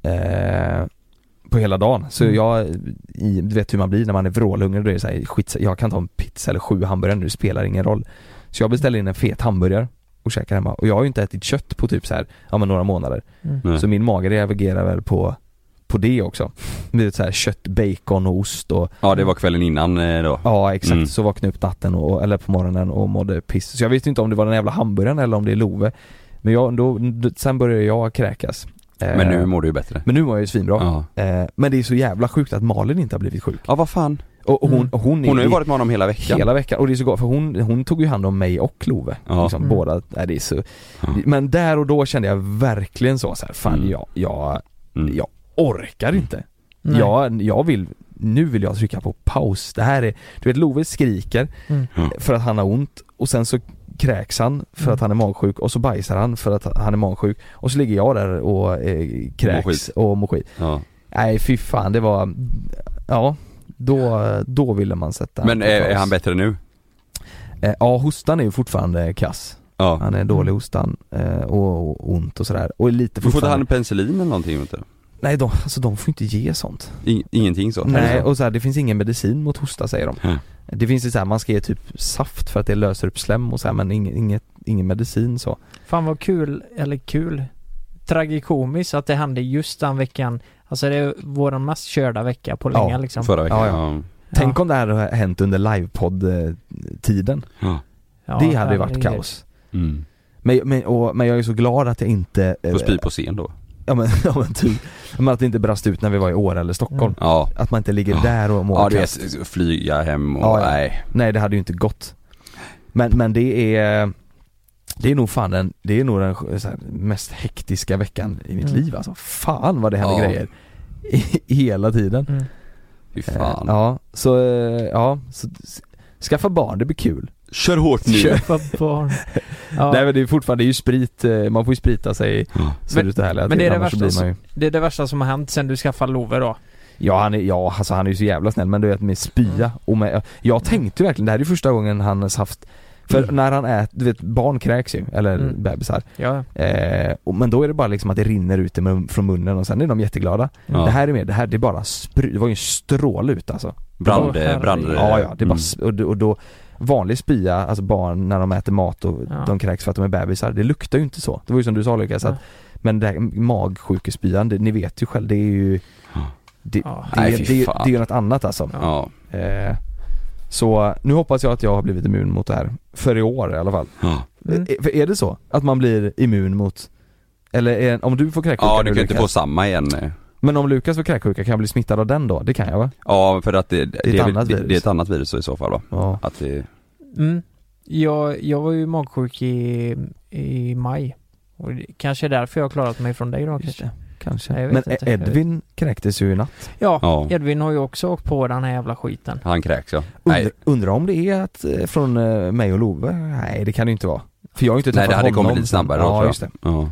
eh, på hela dagen. Så Mm. jag, i, du vet hur man blir när man är vrålhungrig, då är det så här, skit, jag kan ta en pizza eller sju hamburgare nu, det spelar ingen roll. Så jag beställde in en fet hamburgare och käkade hemma. Och jag har ju inte ätit kött på typ så här, ja men några månader. Mm. Nej. Så min mage reagerar väl på på det också. Med så här kött, bacon och ost och Ja, det var kvällen innan eh, då. ja exakt, Mm. så vaknade jag upp natten och, eller på morgonen och mådde piss. Så jag vet inte om det var den jävla hamburgaren eller om det är Love. Men jag, då, sen började jag kräkas. Eh, Men nu mår du ju bättre. men nu mår jag ju svinbra. Ja. Eh, men det är så jävla sjukt att Malin inte har blivit sjuk. Ja, vad fan. Och, och hon, Mm. och hon, är Hon har ju i- varit med honom hela veckan. hela veckan. Och det är så gott, för hon, hon tog ju hand om mig och Love. Ja. Liksom, Mm. båda, nej, det är så. Ja. Men där och då kände jag verkligen så, så här, fan Mm. jag, jag, Mm. jag orkar inte. Nej. Jag, jag vill, nu vill jag trycka på paus. Det här är, du vet Love skriker Mm. Ja. för att han har ont och sen så kräks han för Mm. att han är magsjuk och så bajsar han för att han är magsjuk och så ligger jag där och eh, kräks och mår skit. Ja. Nej fy fan, det var, ja, då, då ville man sätta. Men är, är han bättre nu? Eh, ja, hostan är ju fortfarande kass. Ja. Han är dålig hostan eh, och, och ont och sådär. Och lite Du får fortfarande... ta han penicillin eller någonting inte? Nej, de, alltså de får inte ge sånt. In, ingenting så? Nej, och så här, det finns ingen medicin mot hosta säger de. Mm. Det finns ju så här, man ska ge typ saft för att det löser upp slem och så här, men ing, inget, ingen medicin så. Fan vad kul, eller kul, tragikomiskt att det hände just den veckan. Alltså det är vår mest körda vecka på länge Ja, liksom. Förra veckan, Ja, ja. ja. Tänk om det här hade hänt under livepodd-tiden. ja. Ja, det hade ju varit herregud. kaos. Mm. Men, men, och, men jag är så glad att jag inte... Får spy på scen då? Ja men, ja, men typ. Men att det inte brast ut när vi var i Åre eller Stockholm. Mm. Ja. Att man inte ligger där och mår Ja, du kast. vet, flyga hem och Ja, ja. nej. Nej, det hade ju inte gått. Men, men det är... Det är nog fan den, det är nog den så här, mest hektiska veckan i mitt Mm. liv alltså. Fan vad det händer Ja. grejer. I, hela tiden. Mm. Fy fan. Eh, ja, så eh, ja, så, s- skaffa barn, det blir kul. Kör hårt nu. Köpa barn. Ja. Nej men det är fortfarande, det är ju sprit, eh, man får ju sprita sig Ja. så Men- det är härligt. men det är det annars så värsta blir man ju... Det är det värsta som har hänt sen du skaffade Love då. Ja, han är, ja alltså han är ju så jävla snäll, men du vet med spya Mm. och med, jag tänkte ju verkligen, det här är ju första gången han har haft, för Mm. när han äter, du vet barn kräks ju, eller Mm. bebisar. Ja. Eh, och, men då är det bara liksom att det rinner ut i mun, från munnen och sen är de jätteglada. Ja. Det här är mer, det här det är bara spru, det var ju en stråle ut alltså. Brand, Åh, herregud. brand. Ja ja, det är bara, Mm. s- och, och då vanlig spya, alltså barn när de äter mat och Ja. de kräks för att de är bebisar, det luktar ju inte så. Det var ju som du sa Lukas, Ja. att, men det här magsjukespyan, det, ni vet ju själv, det är ju det, Ja. det, Nej, är- fy det, är- fan. det är ju något annat alltså. Ja. Eh, så nu hoppas jag att jag har blivit immun mot det här, för i år i alla fall. Ja. Mm. Eh, För är det så att man blir immun mot, eller är, om du får kräksjuka Ja, nu, du kan inte Lukas, få samma igen. men om Lukas får kräksjuka, kan jag bli smittad av den då? Det kan jag va? Ja, för att det, det, ett är, annat det, virus. det är ett annat virus i så fall va? Ja. Att det, Mm. Jag, jag var ju magsjuk i, i maj. Och det, kanske är därför jag har klarat mig från dig då Just kanske. det, kanske. Nej, jag Men vet inte. Edvin kräktes ju i natt. Ja, ja, Edvin har ju också åkt på den här jävla skiten. han kräks ja. Nej, Undrar, undrar om det är att, eh, från eh, mig och Love? Nej, det kan det ju inte vara. För jag har ju inte nej träffat det hade honom. kommit lite snabbare då, Ja, tror jag. just det. Ja.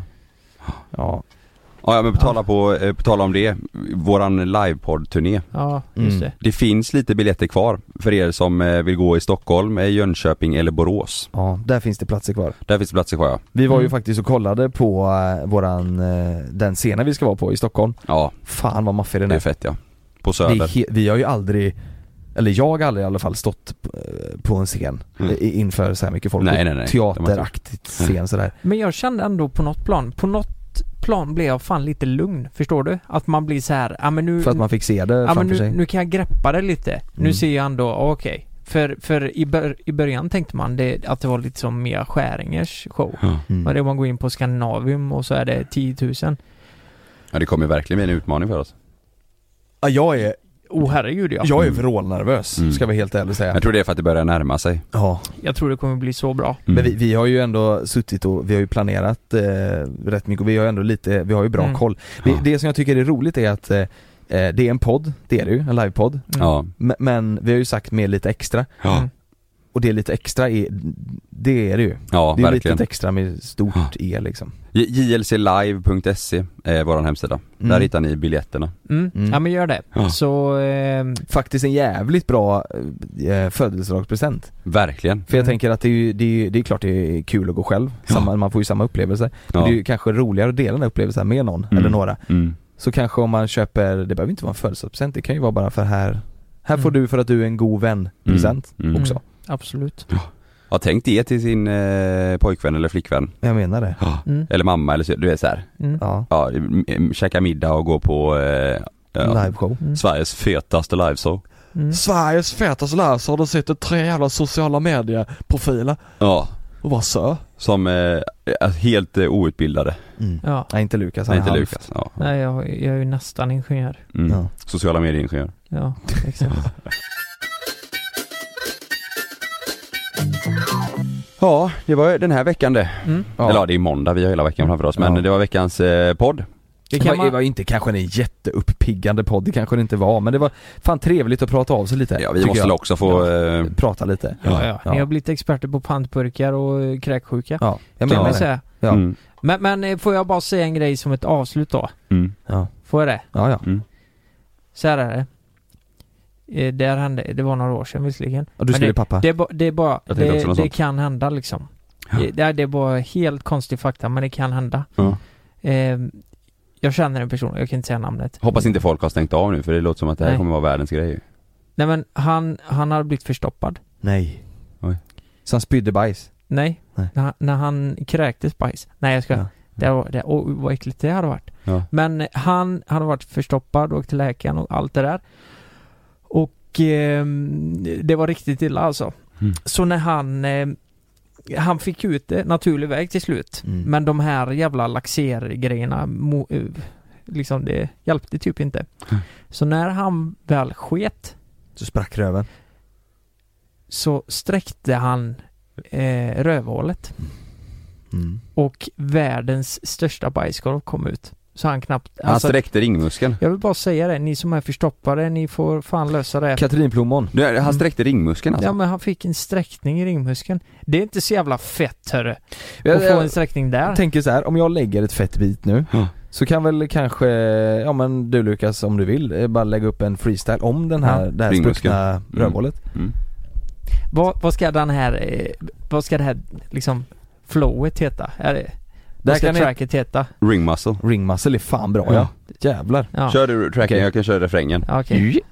Ja. Ja, ja men på tala, på, eh, på tala om det, våran livepodd-turné. Ja, just Mm. det. Det finns lite biljetter kvar för er som eh, vill gå i Stockholm, eh, Jönköping eller Borås. Ja, där finns det platser kvar. Där finns det platser kvar ja. Vi var ju Mm. faktiskt och kollade på eh, våran, eh, den scenen vi ska vara på i Stockholm. Ja, Fan vad maffig den det är är. fett ja. På Det Söder. är he- vi har ju aldrig, eller jag har aldrig i alla fall stått eh, på en scen Mm. i- inför så här mycket folk. Nej, nej, nej. Teateraktigt scen sådär. Men jag kände ändå på något plan, på något plan blev jag fan lite lugn, förstår du? Att man blir så här, ja men nu, För att man fick se det ja, men framför nu, sig. nu kan jag greppa det lite. Nu Mm. ser jag ändå, okej. För, för i, bör, i början tänkte man det, att det var lite som Mia Skäringers show. Ja. Mm. Och det man går in på Skandinavium och så är det tio tusen. Ja, det kommer verkligen bli en utmaning för oss. Ja, jag är, Oh herregud ja. jag är Mm. vrålnervös, Mm. ska vi helt ärligt säga. Jag tror det är för att det börjar närma sig. Ja. Jag tror det kommer bli så bra. Mm. Men vi, vi har ju ändå suttit och vi har ju planerat eh, rätt mycket och vi har ju ändå lite, vi har ju bra Mm. koll. Det, Ja. det som jag tycker är roligt är att eh, det är en podd, det är det ju, en livepodd. Mm. Ja. Men, men vi har ju sagt med lite extra. Ja. Mm. Och det lite extra är, det är det ju. Ja, Det är verkligen. lite extra med stort Ja. E liksom. j l c live punkt se är vår hemsida. Mm. Där hittar ni biljetterna. Mm. Mm. Ja men gör det. Ja. Så, ehm, Faktiskt en jävligt bra eh, födelsedagspresent. Verkligen. För jag Mm. tänker tänker att det är ju, det är, ju- det är klart det är kul att gå själv. Samma, man får ju samma upplevelse. Men Ja. det är ju kanske roligare att dela den här upplevelsen med någon Mm. eller några. Mm. Så kanske om man köper, det behöver inte vara en födelsedagspresent, det kan ju vara bara för här Här får Mm. du för att du är en god vän present Mm. Mm. också. Mm. Absolut. Ja, tänk det till sin eh, pojkvän eller flickvän. Jag menar det. Ja. Mm. Eller mamma eller så, du vet så här. Mm. Ja. Ja, m- m- käka middag och gå på eh, ja, Liveshow. Mm. Sveriges fetaste liveshow. Mm. Sveriges fetaste läsare, har sitter tre jävla sociala medieprofiler Ja, och var så. som eh, är helt eh, outbildade. Mm. Ja. Nej, inte Lukas, han Nej, är inte halvt. Lukas. Ja. Nej, jag, jag är ju nästan ingenjör. Mm. Ja. Sociala medieingenjör. Ja, exakt. Ja, det var den här veckan det. Mm. Ja. Eller ja, det är måndag, vi har hela veckan framför oss. Men Ja. det var veckans eh, podd. Det, kan det, var, man... det var inte kanske en jätteuppiggande podd, det kanske det inte var, men det var fan trevligt att prata av sig lite. Ja, vi måste jag. också få ja, äh... prata lite. Ja, ja. ja. Ni har blivit experter på pantburkar och kräksjuka. Ja, jag menar ja. säga. Ja. Mm. Men, men får jag bara säga en grej som ett avslut då? Mm. Ja. Får jag det? Ja, ja. Mm. Så här är det. Eh, där hände, det var några år sedan visserligen. Och du skulle det, pappa? Det, det är bara, det, det kan hända liksom. Ja. Det, det är bara helt konstig fakta, men det kan hända. Ja. Eh, jag känner en person, jag kan inte säga namnet. Hoppas inte folk har stängt av nu, för det låter som att det här Nej. kommer vara världens grej. Nej, men han, han har blivit förstoppad. Nej. Oj. Så han spydde bajs? Nej, Nej. När, när han kräktes bajs. Nej, jag ska... Ja. Det var, det, oh, vad äckligt det hade varit. Ja. Men han hade varit förstoppad och åkt till läkaren och allt det där. Och eh, det var riktigt illa alltså. Mm. Så när han eh, han fick ut det naturlig väg till slut. Mm. Men de här jävla laxergrejerna mo, eh, liksom det hjälpte typ inte. Mm. Så när han väl sket så sprack röven. Så sträckte han eh, rövhålet. Mm. Och världens största bajskorv kom ut. Så han knappt... Han alltså, sträckte ringmuskeln. Jag vill bara säga det. Ni som är förstoppade, ni får fan lösa det. Katrinplommon. Du, han sträckte ringmuskeln alltså? Ja, men han fick en sträckning i ringmuskeln. Det är inte så jävla fett, hörru. Att få en sträckning där. Jag tänker så här, om jag lägger ett fett bit nu ja. så kan väl kanske, ja men du Lukas, om du vill, bara lägga upp en freestyle om den här, ja. det här spruckna mm. rövhålet. Mm. Vad, vad ska den här, vad ska det här liksom flowet heta? Är det, vad ska tracket heta? Ring muscle. Ring muscle är fan bra, ja. ja. Jävlar. Ja. Kör du tracken, okay. Jag kan köra refrängen. Okej.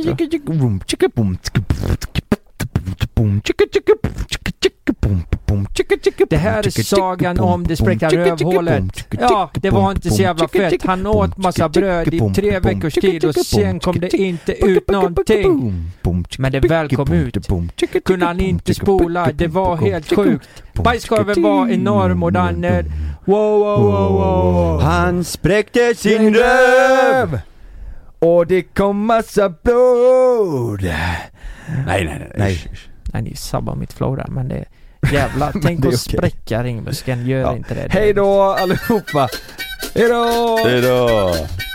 Det här är sagan om det spräckta rövhålet. Ja, det var inte så jävla fett. Han åt massa bröd i tre veckors tid och sen kom det inte ut någonting. Men det väl kom ut. Kunde han inte spola, det var helt sjukt. Bajskorven var enorm och den är... Wow, wow, wow, wow. Han spräckte sin röv och det kom massa blod. Nej, nej, nej. Nej, nej ni sabbar mitt flow där, men det jävlar, tänk att okay. spräcka ringmuskeln, gör ja. inte det. Hej då allihopa. Hej då. Hej då.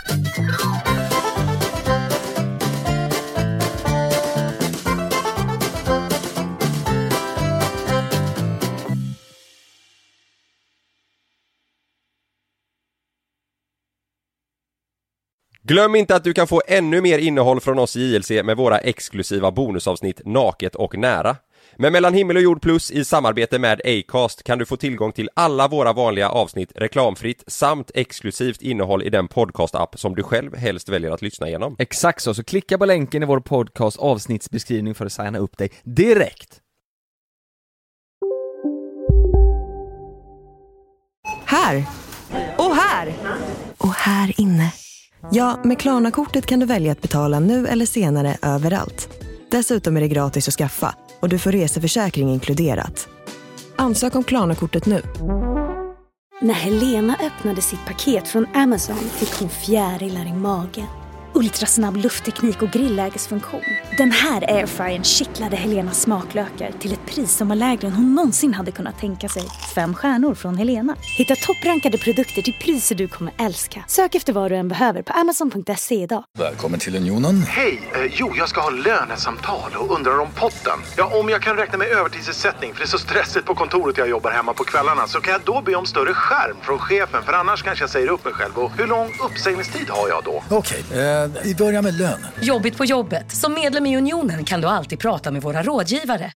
Glöm inte att du kan få ännu mer innehåll från oss i J L C med våra exklusiva bonusavsnitt Naket och nära. Med Mellan himmel och jord plus i samarbete med Acast kan du få tillgång till alla våra vanliga avsnitt reklamfritt samt exklusivt innehåll i den podcast-app som du själv helst väljer att lyssna igenom. Exakt så, så klicka på länken i vår podcast avsnittsbeskrivning för att signa upp dig direkt. Här! Och här! Och här inne. Ja, med Klarna-kortet kan du välja att betala nu eller senare överallt. Dessutom är det gratis att skaffa och du får reseförsäkring inkluderat. Ansök om Klarna-kortet nu. När Helena öppnade sitt paket från Amazon fick hon fjärilar i magen. Ultrasnabb luftteknik och grillägesfunktion. Den här airfryern kittlade Helenas smaklökar till ett pris som var lägre än hon någonsin hade kunnat tänka sig. Fem stjärnor från Helena. Hitta topprankade produkter till priser du kommer älska. Sök efter vad du än behöver på amazon punkt se idag. Välkommen till Unionen. Hej, eh, jo jag ska ha lönesamtal och undrar om potten. Ja, om jag kan räkna med övertidsersättning för det är så stressigt på kontoret jag jobbar hemma på kvällarna, så kan jag då be om större skärm från chefen, för annars kanske jag säger upp mig själv. Och hur lång uppsägningstid har jag då? Okej, okay, eh, vi börjar med lön. Jobbigt på jobbet. Som medlem i Unionen kan du alltid prata med våra rådgivare.